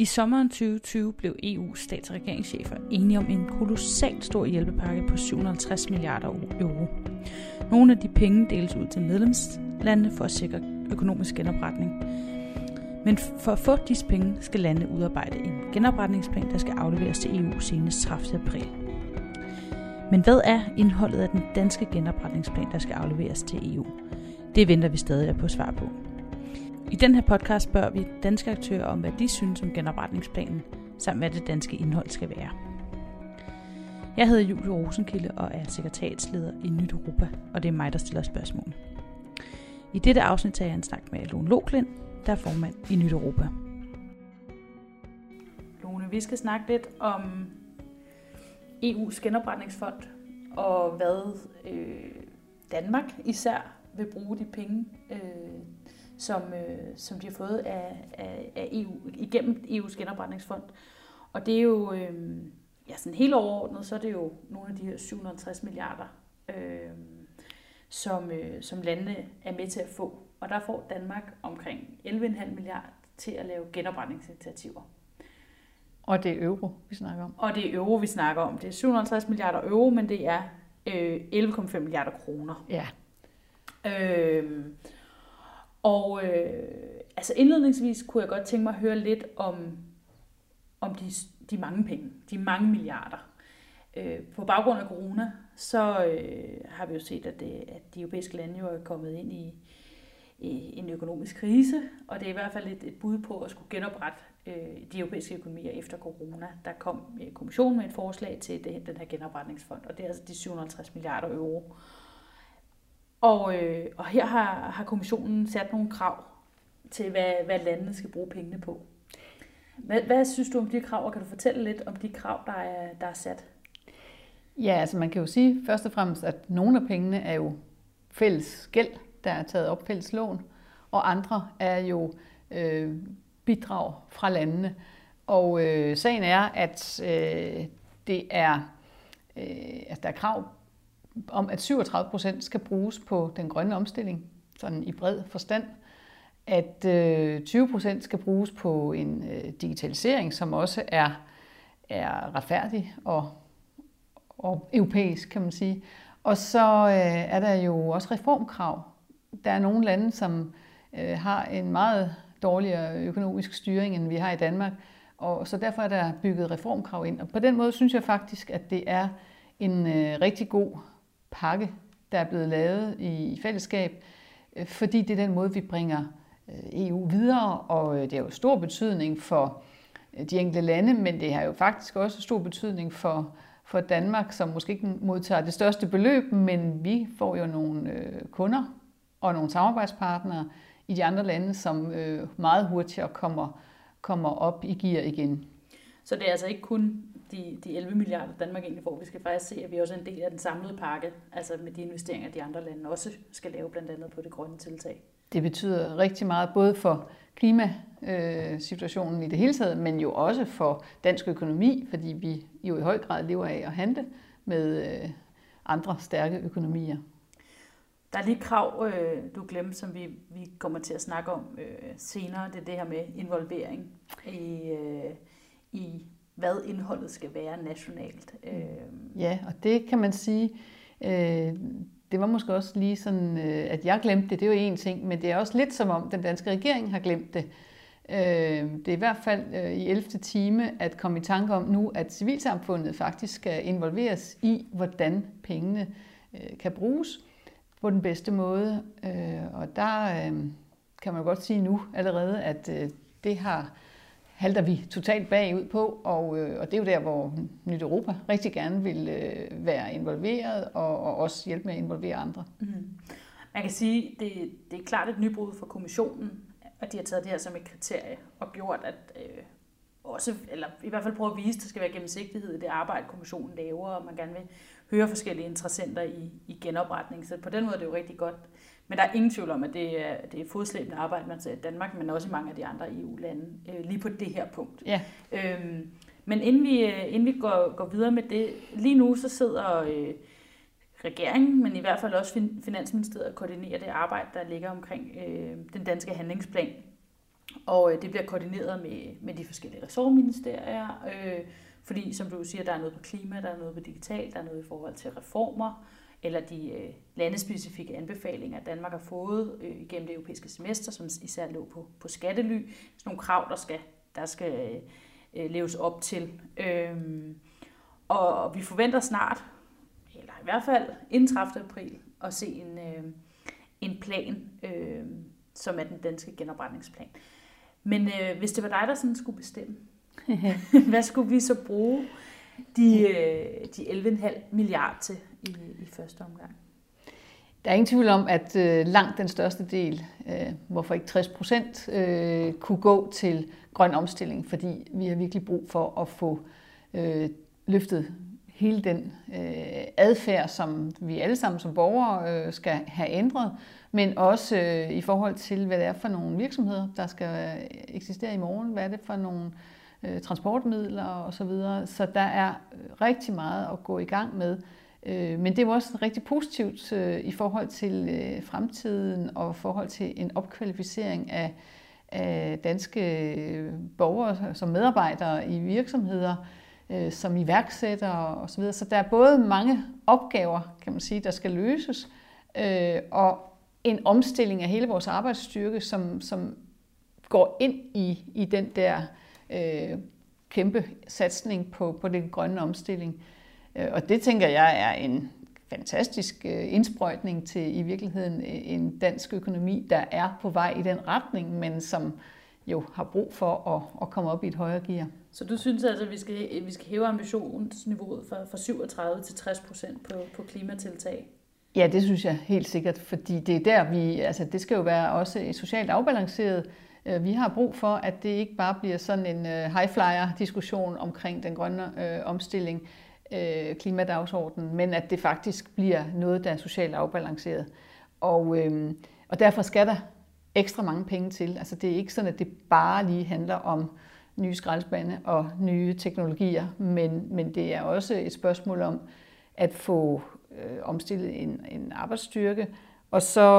I sommeren 2020 blev EU's stats- og regeringschefer enige om en kolossalt stor hjælpepakke på 750 milliarder euro. Nogle af de penge deles ud til medlemslandene for at sikre økonomisk genopretning. Men for at få disse penge skal landene udarbejde en genopretningsplan, der skal afleveres til EU senest 30. april. Men hvad er indholdet af den danske genopretningsplan, der skal afleveres til EU? Det venter vi stadig på svar på. I den her podcast spørger vi danske aktører om, hvad de synes om genopretningsplanen, samt hvad det danske indhold skal være. Jeg hedder Julie Rosenkilde og er sekretariatsleder i Nyt Europa, og det er mig, der stiller spørgsmål. I dette afsnit tager jeg en snak med Lone Loklind, der er formand i Nyt Europa. Lone, vi skal snakke lidt om EU's genopretningsfond, og hvad Danmark især vil bruge de penge, som de har fået af EU, igennem EU's genopretningsfond. Og det er jo, sådan helt overordnet, så er det jo nogle af de her 750 milliarder, som landene er med til at få. Og der får Danmark omkring 11,5 milliarder til at lave genopretningsinitiativer. Og det er euro, vi snakker om. Og det er euro, vi snakker om. Det er 750 milliarder euro, men det er 11,5 milliarder kroner. Ja. Altså indledningsvis kunne jeg godt tænke mig at høre lidt om de mange penge, de mange milliarder. På baggrund af corona, så har vi jo set, at de europæiske lande jo er kommet ind i en økonomisk krise, og det er i hvert fald et bud på at skulle genoprette de europæiske økonomier efter corona. Der kom kommissionen med et forslag til den her genopretningsfond, og det er altså de 750 milliarder euro. Og her har kommissionen sat nogle krav til, hvad landene skal bruge pengene på. Hvad synes du om de krav, og kan du fortælle lidt om de krav, der er sat? Ja, altså man kan jo sige først og fremmest, at nogle af pengene er jo fælles gæld, der er taget op, fælles lån, og andre er jo bidrag fra landene. Og sagen er, at der er krav om, at 37% skal bruges på den grønne omstilling, sådan i bred forstand. At 20% skal bruges på en digitalisering, som også er retfærdig og europæisk, kan man sige. Og så er der jo også reformkrav. Der er nogle lande, som har en meget dårligere økonomisk styring, end vi har i Danmark. Og så derfor er der bygget reformkrav ind. Og på den måde synes jeg faktisk, at det er en rigtig god pakke, der er blevet lavet i fællesskab, fordi det er den måde, vi bringer EU videre, og det har jo stor betydning for de enkelte lande, men det har jo faktisk også stor betydning for Danmark, som måske ikke modtager det største beløb, men vi får jo nogle kunder og nogle samarbejdspartnere i de andre lande, som meget hurtigere kommer op i gear igen. Så det er altså ikke kun de 11 milliarder, Danmark egentlig får. Vi skal faktisk se, at vi også er en del af den samlede pakke, altså med de investeringer, de andre lande også skal lave, blandt andet på det grønne tiltag. Det betyder rigtig meget, både for klimasituationen i det hele taget, men jo også for dansk økonomi, fordi vi jo i høj grad lever af at handle med andre stærke økonomier. Der er lige krav, du glemte, som vi kommer til at snakke om senere. Det er det her med involvering i hvad indholdet skal være nationalt. Ja, og det kan man sige, det var måske også lige sådan, at jeg glemte det. Det er jo en ting, men det er også lidt som om den danske regering har glemt det. Det er i hvert fald i 11. time at komme i tanke om nu, at civilsamfundet faktisk skal involveres i, hvordan pengene kan bruges på den bedste måde. Og der kan man godt sige nu allerede, at det halter vi totalt bagud på, og det er jo der, hvor Nyt Europa rigtig gerne vil være involveret, og også hjælpe med at involvere andre. Mm. Man kan sige, det er klart et nybrud for kommissionen, at de har taget det her som et kriterie, og gjort, at også, eller i hvert fald prøve at vise, at der skal være gennemsigtighed i det arbejde, kommissionen laver, og man gerne vil høre forskellige interessenter i genopretning. Så på den måde er det jo rigtig godt. Men der er ingen tvivl om, at det er fodslæbende arbejde, man ser i Danmark, men også i mange af de andre EU-lande, lige på det her punkt. Ja. Men inden vi går videre med det, lige nu så sidder regeringen, men i hvert fald også Finansministeriet koordinerer det arbejde, der ligger omkring den danske handlingsplan. Og det bliver koordineret med de forskellige ressortministerier, fordi som du siger, der er noget på klima, der er noget på digital, der er noget i forhold til reformer, eller de landespecifikke anbefalinger, Danmark har fået igennem det europæiske semester, som især lå på skattely. Sådan nogle krav, der skal leves op til. Og vi forventer snart, eller i hvert fald inden 30. april, at se en plan, som er den danske genopretningsplan. Men hvis det var dig, der sådan skulle bestemme, hvad skulle vi så bruge de 11,5 milliarder til i første omgang? Der er ingen tvivl om, at langt den største del, hvorfor ikke 60%, kunne gå til grøn omstilling, fordi vi har virkelig brug for at få løftet hele den adfærd, som vi alle sammen som borgere skal have ændret, men også i forhold til, hvad det er for nogle virksomheder, der skal eksistere i morgen, hvad er det for nogle transportmidler osv. Så der er rigtig meget at gå i gang med. Men det er også rigtig positivt i forhold til fremtiden og i forhold til en opkvalificering af danske borgere som medarbejdere i virksomheder, som iværksættere osv. Så der er både mange opgaver, kan man sige, der skal løses, og en omstilling af hele vores arbejdsstyrke, som går ind i den der kæmpe satsning på den grønne omstilling. Og det tænker jeg er en fantastisk indsprøjtning til i virkeligheden en dansk økonomi, der er på vej i den retning, men som jo har brug for at komme op i et højere gear. Så du synes altså, at vi skal hæve ambitionsniveauet fra 37 til 60% på klimatiltag? Ja, det synes jeg helt sikkert, fordi det er der det skal jo være også socialt afbalanceret. Vi har brug for, at det ikke bare bliver sådan en high-flyer-diskussion omkring den grønne omstilling, klimadagsordenen, men at det faktisk bliver noget, der er socialt afbalanceret. Og derfor skal der ekstra mange penge til. Altså det er ikke sådan, at det bare lige handler om nye skraldespande og nye teknologier, men det er også et spørgsmål om at få omstillet en arbejdsstyrke, og så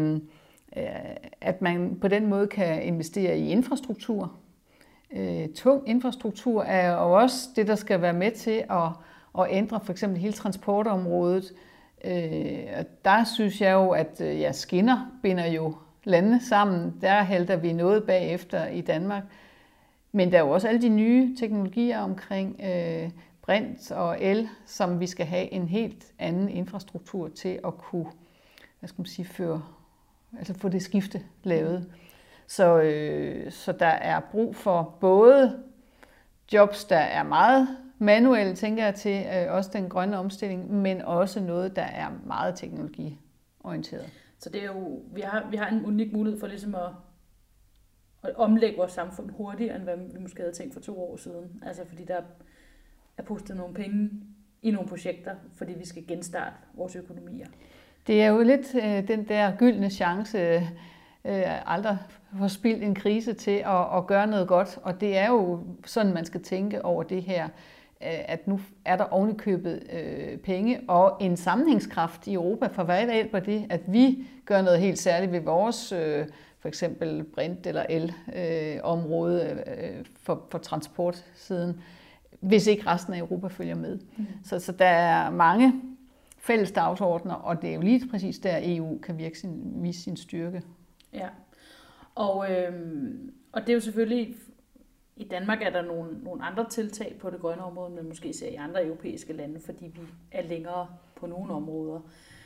at man på den måde kan investere i infrastruktur. Tung infrastruktur er jo også det, der skal være med til at ændre for eksempel hele transportområdet. Der synes jeg jo, at skinner binder jo landene sammen. Der halter vi noget bagefter i Danmark. Men der er jo også alle de nye teknologier omkring brint og el, som vi skal have en helt anden infrastruktur til at kunne, få det skifte lavet. Så der er brug for både jobs, der er meget manuelle, tænker jeg til, også den grønne omstilling, men også noget, der er meget teknologiorienteret. Så det er jo, vi har en unik mulighed for ligesom at omlægge vores samfund hurtigere, end hvad vi måske havde tænkt for 2 år siden. Altså fordi der er pustet nogle penge i nogle projekter, fordi vi skal genstarte vores økonomier. Det er jo lidt den der gyldne chance, aldrig få spildt en krise til at gøre noget godt. Og det er jo sådan, man skal tænke over det her, at nu er der ovenikøbet penge og en sammenhængskraft i Europa. For hvad hjælper det, at vi gør noget helt særligt ved vores for eksempel brint- eller el-område for transportsiden, hvis ikke resten af Europa følger med. Så der er mange fælles dagsordner, og det er jo lige præcis der, EU kan vise sin styrke. Ja, og det er jo selvfølgelig, i Danmark er der nogle andre tiltag på det grønne område, men måske ser i andre europæiske lande, fordi vi er længere på nogle områder.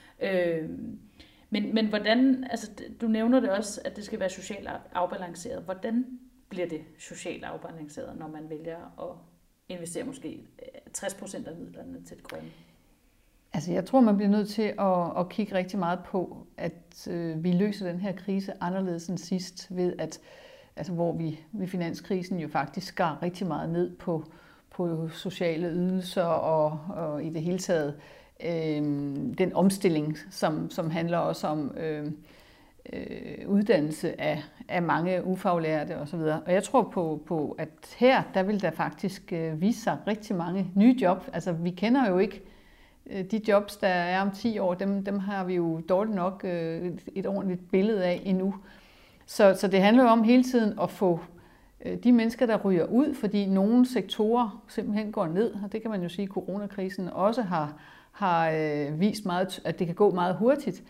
Men hvordan, altså du nævner det også, at det skal være socialt afbalanceret. Hvordan bliver det socialt afbalanceret, når man vælger at investere måske 60% af midlerne til det grønne? Altså jeg tror, man bliver nødt til at kigge rigtig meget på, at vi løser den her krise anderledes end sidst, ved at hvor vi ved finanskrisen jo faktisk skar rigtig meget ned på sociale ydelser og i det hele taget den omstilling, som handler også om uddannelse af mange ufaglærte osv. Og jeg tror på, at her, der vil der faktisk vise sig rigtig mange nye job. Altså vi kender jo ikke de jobs, der er om 10 år, dem har vi jo dårligt nok et ordentligt billede af endnu. Så det handler jo om hele tiden at få de mennesker, der ryger ud, fordi nogle sektorer simpelthen går ned, og det kan man jo sige, at coronakrisen også har vist meget, at det kan gå meget hurtigt.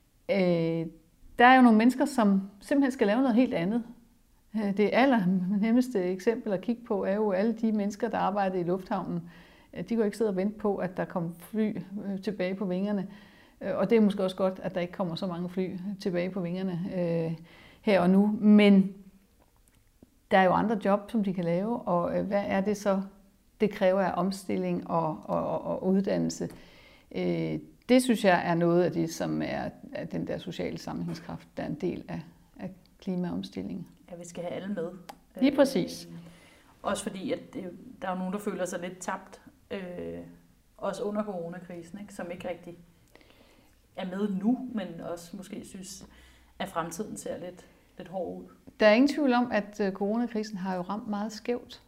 Der er jo nogle mennesker, som simpelthen skal lave noget helt andet. Det allernemmeste eksempel at kigge på er jo alle de mennesker, der arbejder i lufthavnen. De kan jo ikke sidde og vente på, at der kommer fly tilbage på vingerne. Og det er måske også godt, at der ikke kommer så mange fly tilbage på vingerne her og nu. Men der er jo andre job, som de kan lave, og hvad er det så, det kræver af omstilling og uddannelse. Det synes jeg er noget af det, som er den der sociale sammenhængskraft, der er en del af klimaomstillingen. Ja, vi skal have alle med. Lige præcis. Også fordi, at der er jo nogen, der føler sig lidt tabt, også under coronakrisen, ikke? Som ikke rigtig er med nu, men også måske synes, at fremtiden ser lidt hård ud. Der er ingen tvivl om, at coronakrisen har jo ramt meget skævt,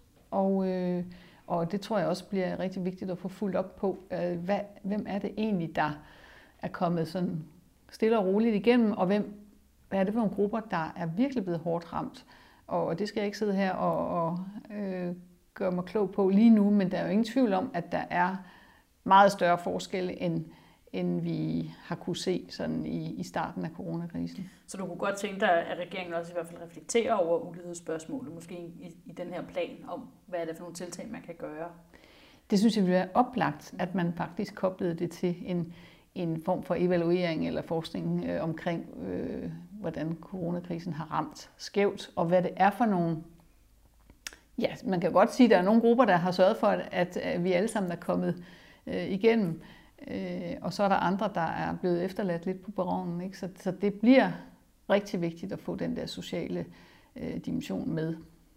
og det tror jeg også bliver rigtig vigtigt at få fulgt op på. Hvem er det egentlig, der er kommet sådan stille og roligt igennem, og hvad er det for nogle grupper, der er virkelig blevet hårdt ramt? Og det skal jeg ikke sidde her og gøre mig klog på lige nu, men der er jo ingen tvivl om, at der er meget større forskelle, end vi har kunne se sådan i starten af coronakrisen. Så du kunne godt tænke dig, at regeringen også i hvert fald reflekterer over ulighedsspørgsmålet, måske i den her plan om, hvad er det for nogle tiltag, man kan gøre? Det synes jeg ville være oplagt, at man faktisk koblede det til en form for evaluering eller forskning omkring, hvordan coronakrisen har ramt skævt, og hvad det er for nogle. Ja, man kan godt sige, at der er nogle grupper, der har sørget for, at vi alle sammen er kommet igennem, og så er der andre, der er blevet efterladt lidt på perronen, ikke? Så det bliver rigtig vigtigt at få den der sociale dimension med.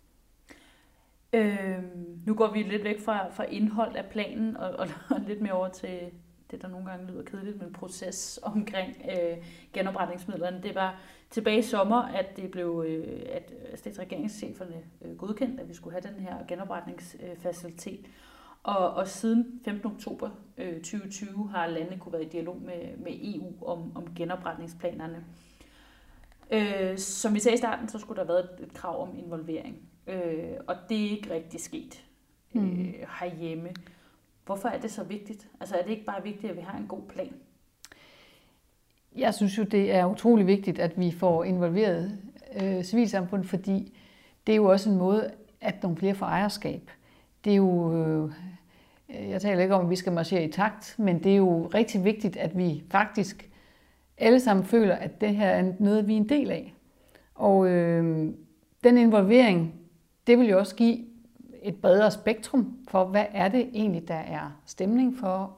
Nu går vi lidt væk fra indhold af planen og lidt mere over til det, der nogle gange lyder kedeligt, men proces omkring genopretningsmidlerne. Det var tilbage i sommer, at det blev, at statsregeringscheferne godkendt, at vi skulle have den her genopretningsfacilitet. Og siden 15. oktober 2020 har landene kunne være i dialog med EU om genopretningsplanerne. Som vi sagde i starten, så skulle der have været et krav om involvering. Og det er ikke rigtig sket herhjemme. Hvorfor er det så vigtigt? Altså er det ikke bare vigtigt, at vi har en god plan? Jeg synes jo, det er utrolig vigtigt, at vi får involveret civilsamfundet, fordi det er jo også en måde, at nogle flere får ejerskab. Det er jo, jeg taler ikke om, at vi skal marchere i takt, men det er jo rigtig vigtigt, at vi faktisk alle sammen føler, at det her er noget, vi er en del af. Og den involvering, det vil jo også give et bredere spektrum for, hvad er det egentlig, der er stemning for.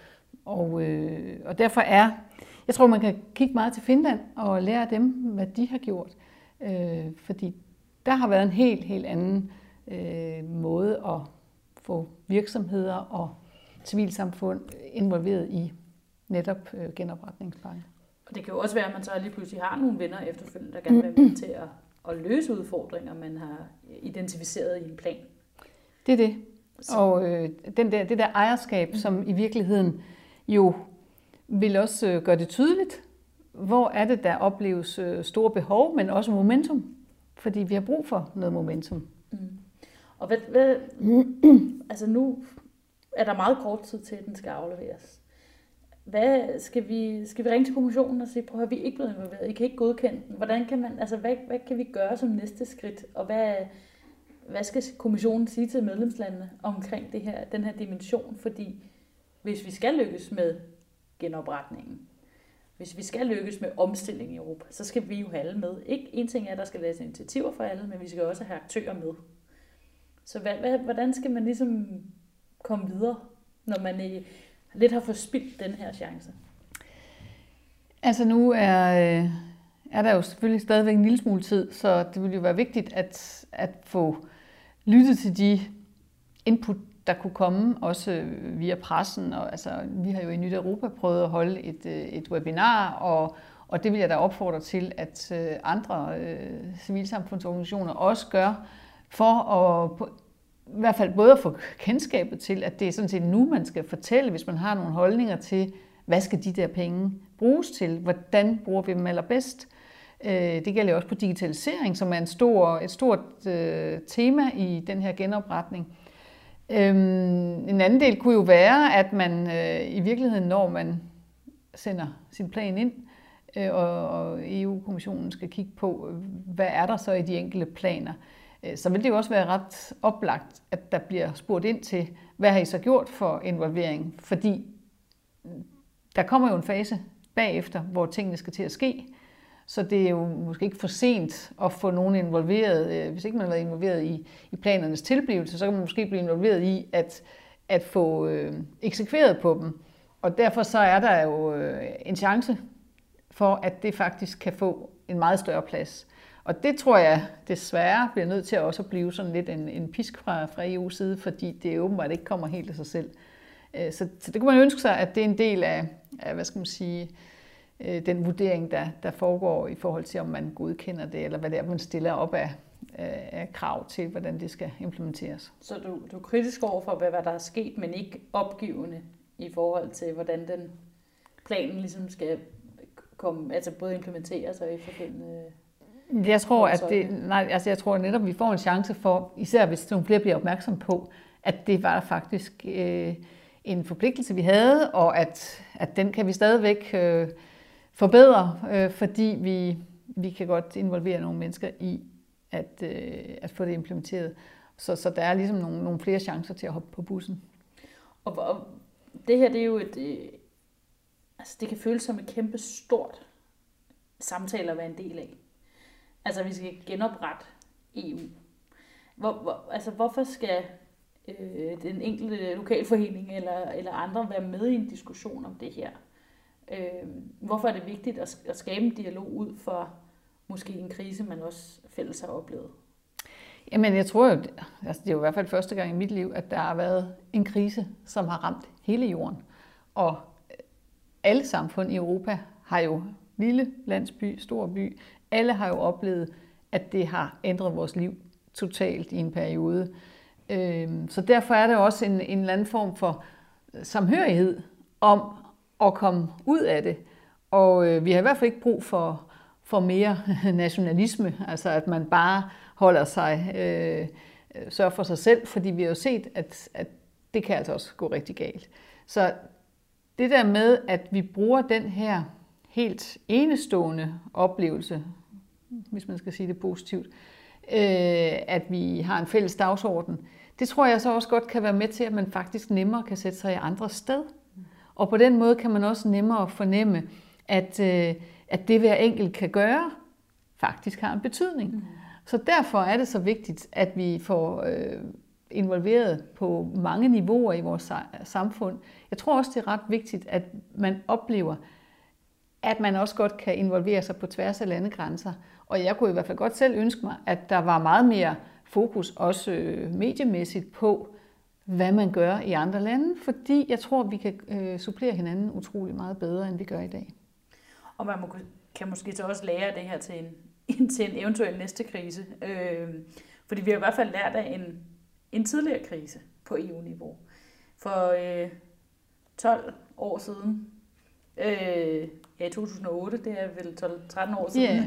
Og derfor jeg tror, man kan kigge meget til Finland og lære af dem, hvad de har gjort. Fordi der har været en helt anden måde at få virksomheder og civilsamfund involveret i netop genopretningspakken. Og det kan jo også være, at man så lige pludselig har nogle venner efterfølgende, der gerne vil være med til at løse udfordringer, man har identificeret i en plan. Det er det. Og det der ejerskab, som i virkeligheden jo vil også gøre det tydeligt, hvor er det, der opleves store behov, men også momentum. Fordi vi har brug for noget momentum. Og altså nu er der meget kort tid til, at den skal afleveres. Skal vi ringe til kommissionen og sige, prøv at vi er ikke blevet involveret, I kan ikke godkende den. Hvordan kan man, altså hvad kan vi gøre som næste skridt, og hvad skal kommissionen sige til medlemslandene omkring den her dimension? Fordi hvis vi skal lykkes med genopretningen, hvis vi skal lykkes med omstilling i Europa, så skal vi jo have alle med. Ikke en ting er, at der skal laves initiativer for alle, men vi skal også have aktører med. Så hvordan skal man ligesom komme videre, når man lidt har forspildt den her chance? Altså nu er der jo selvfølgelig stadigvæk en lille smule tid, så det vil jo være vigtigt at få lyttet til de input, der kunne komme, også via pressen. Og, altså, vi har jo i Nyt Europa prøvet at holde et webinar, og det vil jeg da opfordre til, at andre civilsamfundsorganisationer også gør, for at i hvert fald både at få kendskabet til, at det er sådan set nu, man skal fortælle, hvis man har nogle holdninger til, hvad skal de der penge bruges til, hvordan bruger vi dem allerbedst, Det gælder også på digitalisering, som er et stort tema i den her genopretning. En anden del kunne jo være, at man i virkeligheden, når man sender sin plan ind, og EU-kommissionen skal kigge på, hvad er der så i de enkelte planer, så vil det jo også være ret oplagt, at der bliver spurgt ind til, hvad har I så gjort for involvering? Fordi der kommer jo en fase bagefter, hvor tingene skal til at ske, så det er jo måske ikke for sent at få nogen involveret. Hvis ikke man har været involveret i planernes tilblivelse, så kan man måske blive involveret i at få eksekveret på dem. Og derfor så er der jo en chance for, at det faktisk kan få en meget større plads. Og det tror jeg desværre bliver nødt til også at blive sådan lidt en pisk fra EU's side, fordi det åbenbart ikke kommer helt af sig selv. Så det kunne man ønske sig, at det er en del af hvad skal man sige, den vurdering, der foregår i forhold til, om man godkender det, eller hvad det er, man stiller op af krav til, hvordan det skal implementeres. Så du er kritisk over for, hvad der er sket, men ikke opgivende i forhold til, hvordan den planen ligesom skal komme, altså både implementeres og efterfølgende? Jeg tror, jeg tror netop, at vi får en chance for, især hvis nogle flere bliver opmærksom på, at det var faktisk en forpligtelse, vi havde, og at den kan vi stadigvæk forbedre, fordi vi kan godt involvere nogle mennesker i at få det implementeret. Så der er ligesom nogle flere chancer til at hoppe på bussen. Og det her, det er jo altså det kan føles som et kæmpe stort samtale at være en del af. Altså vi skal genoprette EU. Hvorfor skal den enkelte lokalforening eller andre være med i en diskussion om det her? Hvorfor er det vigtigt at skabe en dialog ud for måske en krise, man også fælles har oplevet? Jamen jeg tror jo, altså det er jo i hvert fald første gang i mit liv, at der har været en krise, som har ramt hele jorden. Og alle samfund i Europa har jo lille landsby, stor by, alle har jo oplevet, at det har ændret vores liv totalt i en periode. Så derfor er det også en eller anden form for samhørighed om at komme ud af det. Og vi har i hvert fald ikke brug for mere nationalisme, altså at man bare holder sig, sørger for sig selv, fordi vi har jo set, at det kan altså også gå rigtig galt. Så det der med, at vi bruger den her helt enestående oplevelse, hvis man skal sige det positivt, at vi har en fælles dagsorden, det tror jeg så også godt kan være med til, at man faktisk nemmere kan sætte sig i andre sted. Og på den måde kan man også nemmere fornemme, at det hver enkelt kan gøre, faktisk har en betydning. Så derfor er det så vigtigt, at vi får involveret på mange niveauer i vores samfund. Jeg tror også, det er ret vigtigt, at man oplever, at man også godt kan involvere sig på tværs af landegrænser. Og jeg kunne i hvert fald godt selv ønske mig, at der var meget mere fokus, også mediemæssigt, på, hvad man gør i andre lande, fordi jeg tror, vi kan supplere hinanden utrolig meget bedre, end vi gør i dag. Og man kan måske så også lære det her til en eventuel næste krise. Fordi vi har i hvert fald lært af en tidligere krise på EU-niveau. For 12 år siden, i 2008, det er vel 12-13 år siden,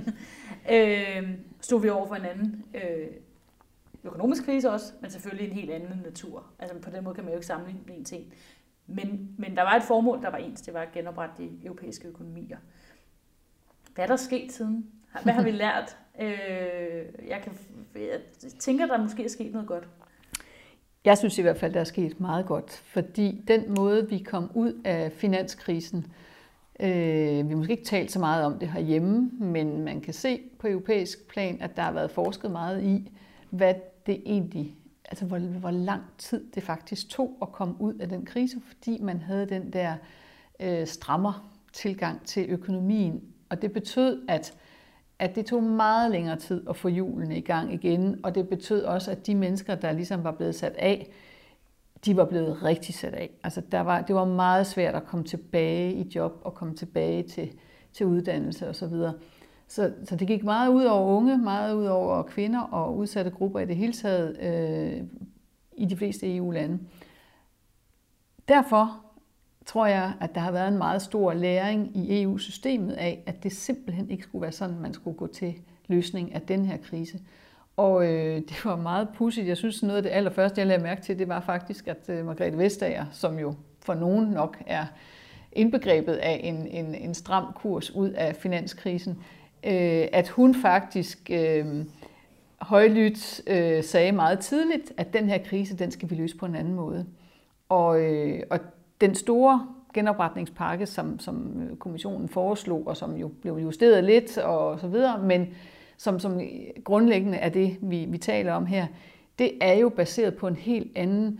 stod vi over for en anden økonomisk krise også, men selvfølgelig en helt anden natur. Altså på den måde kan man jo ikke sammenligne en ting. Men der var et formål, der var ens, det var at genoprette de europæiske økonomier. Hvad er der sket siden? Hvad har vi lært? Jeg tænker, der måske er sket noget godt. Jeg synes i hvert fald, der er sket meget godt, fordi den måde, vi kom ud af finanskrisen, vi har måske ikke talt så meget om det herhjemme, men man kan se på europæisk plan, at der har været forsket meget i, hvad det egentlig, altså hvor lang tid det faktisk tog at komme ud af den krise, fordi man havde den der strammer tilgang til økonomien. Og det betød, at det tog meget længere tid at få hjulene i gang igen, og det betød også, at de mennesker, der ligesom var blevet sat af, de var blevet rigtig sat af. Altså det var meget svært at komme tilbage i job og komme tilbage til uddannelse osv. Så det gik meget ud over unge, meget ud over kvinder og udsatte grupper i det hele taget i de fleste EU-lande. Derfor tror jeg, at der har været en meget stor læring i EU-systemet af, at det simpelthen ikke skulle være sådan, man skulle gå til løsning af den her krise. Og det var meget pudsigt. Jeg synes, noget af det allerførste, jeg lagde mærke til, det var faktisk, at Margrethe Vestager, som jo for nogen nok er indbegrebet af en stram kurs ud af finanskrisen, at hun faktisk højlydt sagde meget tidligt, at den her krise, den skal vi løse på en anden måde. Og den store genopretningspakke, som kommissionen foreslog, og som jo blev justeret lidt og så videre, men som grundlæggende er det, vi taler om her, det er jo baseret på en helt anden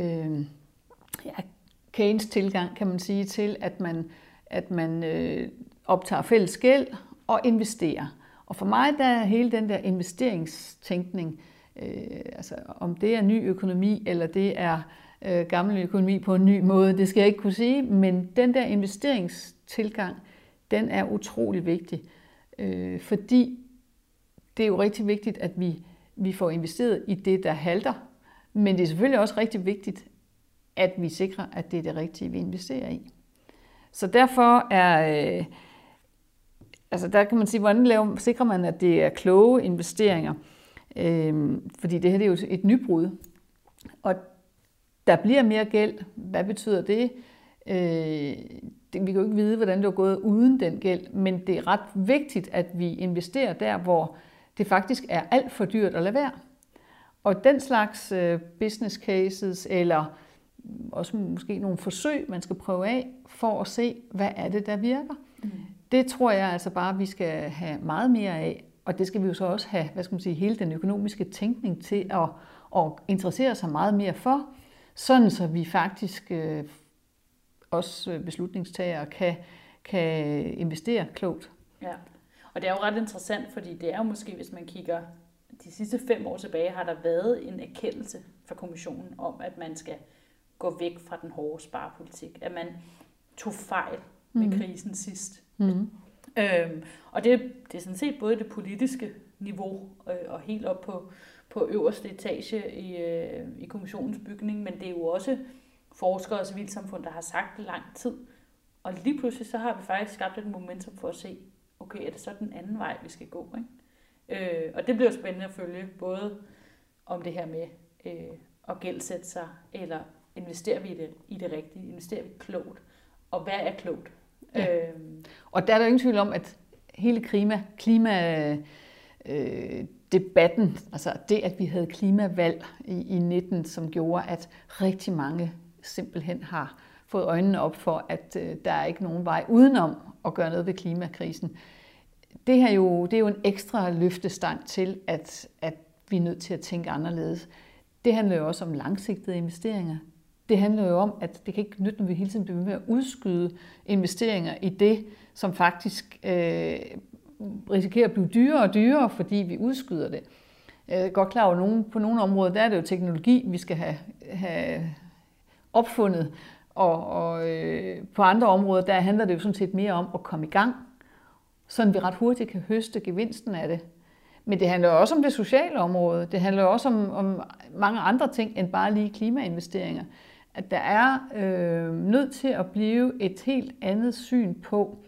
Keynes tilgang, kan man sige, til at man optager fælles gæld og investerer. Og for mig der er hele den der investeringstænkning, altså om det er ny økonomi, eller det er gammel økonomi på en ny måde, det skal jeg ikke kunne sige, men den der investeringstilgang, den er utrolig vigtig, fordi det er jo rigtig vigtigt, at vi får investeret i det, der halter, men det er selvfølgelig også rigtig vigtigt, at vi sikrer, at det er det rigtige, vi investerer i. Så derfor er, der kan man sige, hvordan sikrer man, at det er kloge investeringer, fordi det her det er jo et nybrud, og der bliver mere gæld. Hvad betyder det? Vi kan jo ikke vide, hvordan det er gået uden den gæld, men det er ret vigtigt, at vi investerer der, hvor det faktisk er alt for dyrt at lade være. Og den slags business cases, eller også måske nogle forsøg, man skal prøve af, for at se, hvad er det, der virker. Det tror jeg altså bare, vi skal have meget mere af, og det skal vi jo så også have, hele den økonomiske tænkning til at interessere sig meget mere for, sådan så vi faktisk også beslutningstagere kan investere klogt. Ja, og det er jo ret interessant, fordi det er jo måske, hvis man kigger de sidste 5 år tilbage, har der været en erkendelse fra kommissionen om, at man skal gå væk fra den hårde sparepolitik, at man tog fejl med krisen sidst. Og det er sådan set både det politiske niveau og helt op på øverste etage i kommissionens bygning, men det er jo også forskere og civilsamfund, der har sagt det lang tid. Og lige pludselig så har vi faktisk skabt et momentum for at se, okay, er det så den anden vej, vi skal gå? Ikke? Og det bliver spændende at følge, både om det her med at gældsætte sig, eller investerer vi i det rigtige, investerer vi klogt, og hvad er klogt? Ja. Og der er der ingen tvivl om, at hele klimadebatten, altså det, at vi havde klimavalg i 19, som gjorde, at rigtig mange simpelthen har fået øjnene op for, at der er ikke nogen vej udenom at gøre noget ved klimakrisen. Det er jo en ekstra løftestang til, at vi er nødt til at tænke anderledes. Det handler jo også om langsigtede investeringer. Det handler jo om, at det kan ikke nytte, når vi hele tiden bliver ved at udskyde investeringer i det, som faktisk risikerer at blive dyrere og dyrere, fordi vi udskyder det. Jeg er godt klar over, på nogle områder, der er det jo teknologi, vi skal have opfundet, og på andre områder, der handler det jo sådan set mere om at komme i gang, så vi ret hurtigt kan høste gevinsten af det. Men det handler også om det sociale område. Det handler også om mange andre ting end bare lige klimainvesteringer. At der er nødt til at blive et helt andet syn på,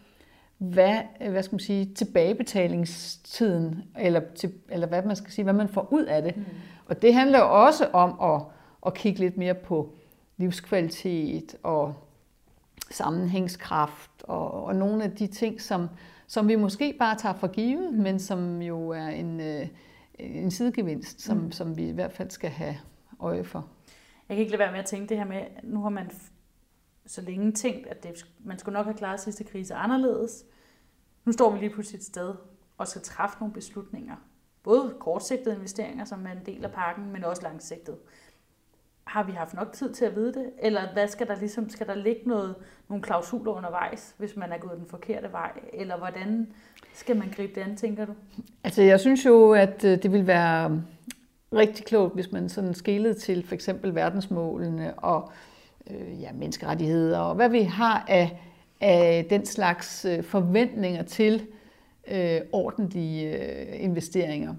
tilbagebetalingstiden, eller hvad man skal sige, hvad man får ud af det. Og det handler jo også om at kigge lidt mere på livskvalitet og sammenhængskraft og nogle af de ting, som vi måske bare tager for givet, men som jo er en sidegevinst, som vi i hvert fald skal have øje for. Jeg kan ikke lade være med at tænke det her med, nu har man så længe tænkt, at man skulle nok have klaret sidste krise anderledes. Nu står vi lige pludselig et sted og skal træffe nogle beslutninger. Både kortsigtede investeringer, som er en del af pakken, men også langsigtede. Har vi haft nok tid til at vide det? Eller hvad skal der ligge nogle klausuler undervejs, hvis man er gået den forkerte vej? Eller hvordan skal man gribe det an, tænker du? Altså jeg synes jo, at det vil være rigtig klogt, hvis man sådan skelede til for eksempel verdensmålene og menneskerettigheder og hvad vi har af den slags forventninger til ordentlige investeringer,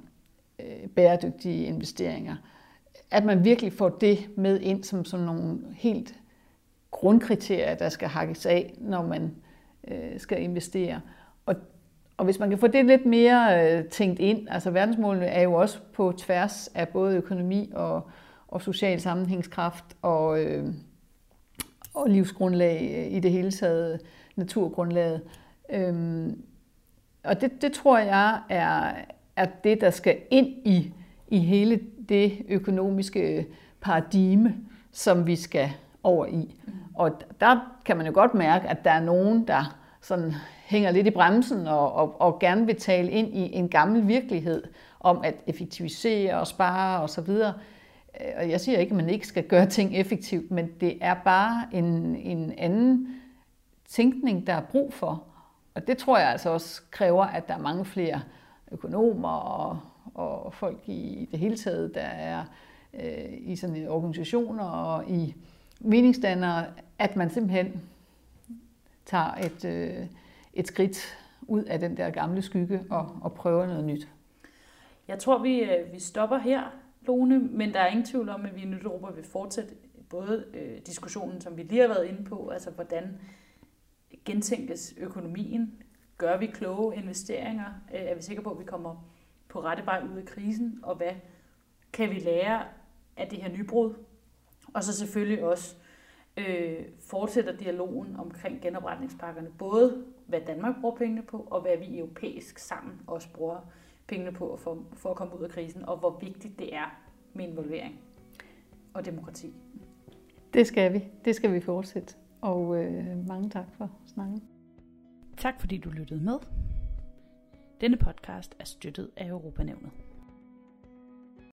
bæredygtige investeringer. At man virkelig får det med ind som sådan nogle helt grundkriterier, der skal hakkes af, når man skal investere. Og hvis man kan få det lidt mere tænkt ind, altså verdensmålene er jo også på tværs af både økonomi og social sammenhængskraft og livsgrundlag i det hele taget, naturgrundlaget. Og det tror jeg er det, der skal ind i hele det økonomiske paradigme, som vi skal over i. Og der kan man jo godt mærke, at der er nogen, der sådan hænger lidt i bremsen og gerne vil tale ind i en gammel virkelighed om at effektivisere og spare osv. Og jeg siger ikke, at man ikke skal gøre ting effektivt, men det er bare en anden tænkning, der er brug for. Og det tror jeg altså også kræver, at der er mange flere økonomer og folk i det hele taget, der er i sådan organisationer og i meningsdannere, at man simpelthen tager et skridt ud af den der gamle skygge og prøver noget nyt. Jeg tror, vi stopper her, Lone, men der er ingen tvivl om, at vi i Nyt Europa vil fortsætte både diskussionen, som vi lige har været inde på, altså hvordan gentænkes økonomien, gør vi kloge investeringer, er vi sikre på, at vi kommer på rette vej ud af krisen, og hvad kan vi lære af det her nybrud, og så selvfølgelig også fortsætter dialogen omkring genopretningspakkerne, både hvad Danmark bruger pengene på, og hvad vi europæisk sammen også bruger pengene på for at komme ud af krisen, og hvor vigtigt det er med involvering og demokrati. Det skal vi fortsætte, og mange tak for snakken. Tak fordi du lyttede med. Denne podcast er støttet af Europanævnet.